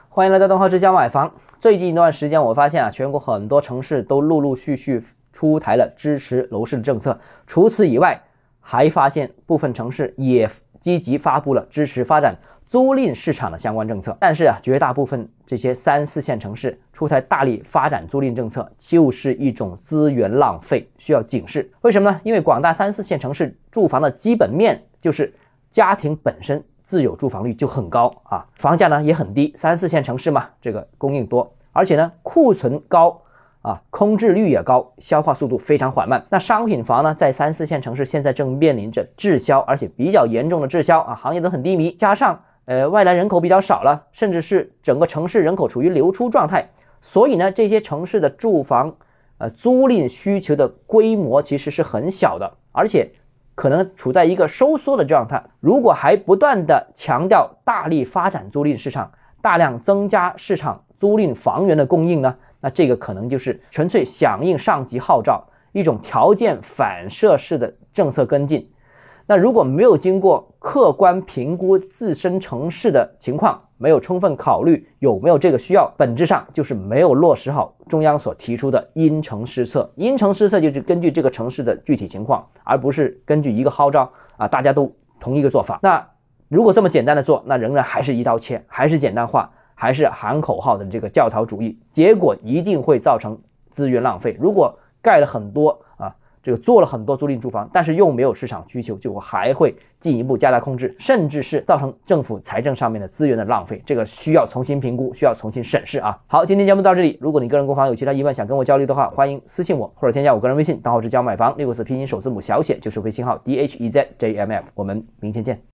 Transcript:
欢迎来到东浩之家买房。最近一段时间，我发现全国很多城市都陆陆续续出台了支持楼市的政策。除此以外，还发现部分城市也积极发布了支持发展租赁市场的相关政策。但是绝大部分这些3、4线城市出台大力发展租赁政策，就是一种资源浪费，需要警示。为什么呢？因为广大3、4线城市住房的基本面就是家庭本身自有住房率就很高啊，房价呢也很低。3、4线城市嘛，这个供应多，而且呢库存高啊，空置率也高，消化速度非常缓慢。那商品房呢，在3、4线城市现在正面临着滞销，而且比较严重的滞销啊，行业都很低迷，加上外来人口比较少了，甚至是整个城市人口处于流出状态，所以呢这些城市的住房租赁需求的规模其实是很小的，而且可能处在一个收缩的状态。如果还不断的强调大力发展租赁市场，大量增加市场租赁房源的供应呢，那这个可能就是纯粹响应上级号召，一种条件反射式的政策跟进。那如果没有经过客观评估自身城市的情况，没有充分考虑有没有这个需要，本质上就是没有落实好中央所提出的因城施策。因城施策就是根据这个城市的具体情况，而不是根据一个号召啊，大家都同一个做法。那如果这么简单的做，那仍然还是一刀切，还是简单化，还是喊口号的这个教条主义，结果一定会造成资源浪费。如果盖了很多这个做了很多租赁住房，但是又没有市场需求，结果还会进一步加大控制，甚至是造成政府财政上面的资源的浪费。这个需要重新评估，需要重新审视啊。好，今天节目到这里。如果你个人购房有其他疑问想跟我交流的话，欢迎私信我或者添加我个人微信，账号是教买房6个字拼音首字母小写，就是微信号DHEZJMF。我们明天见。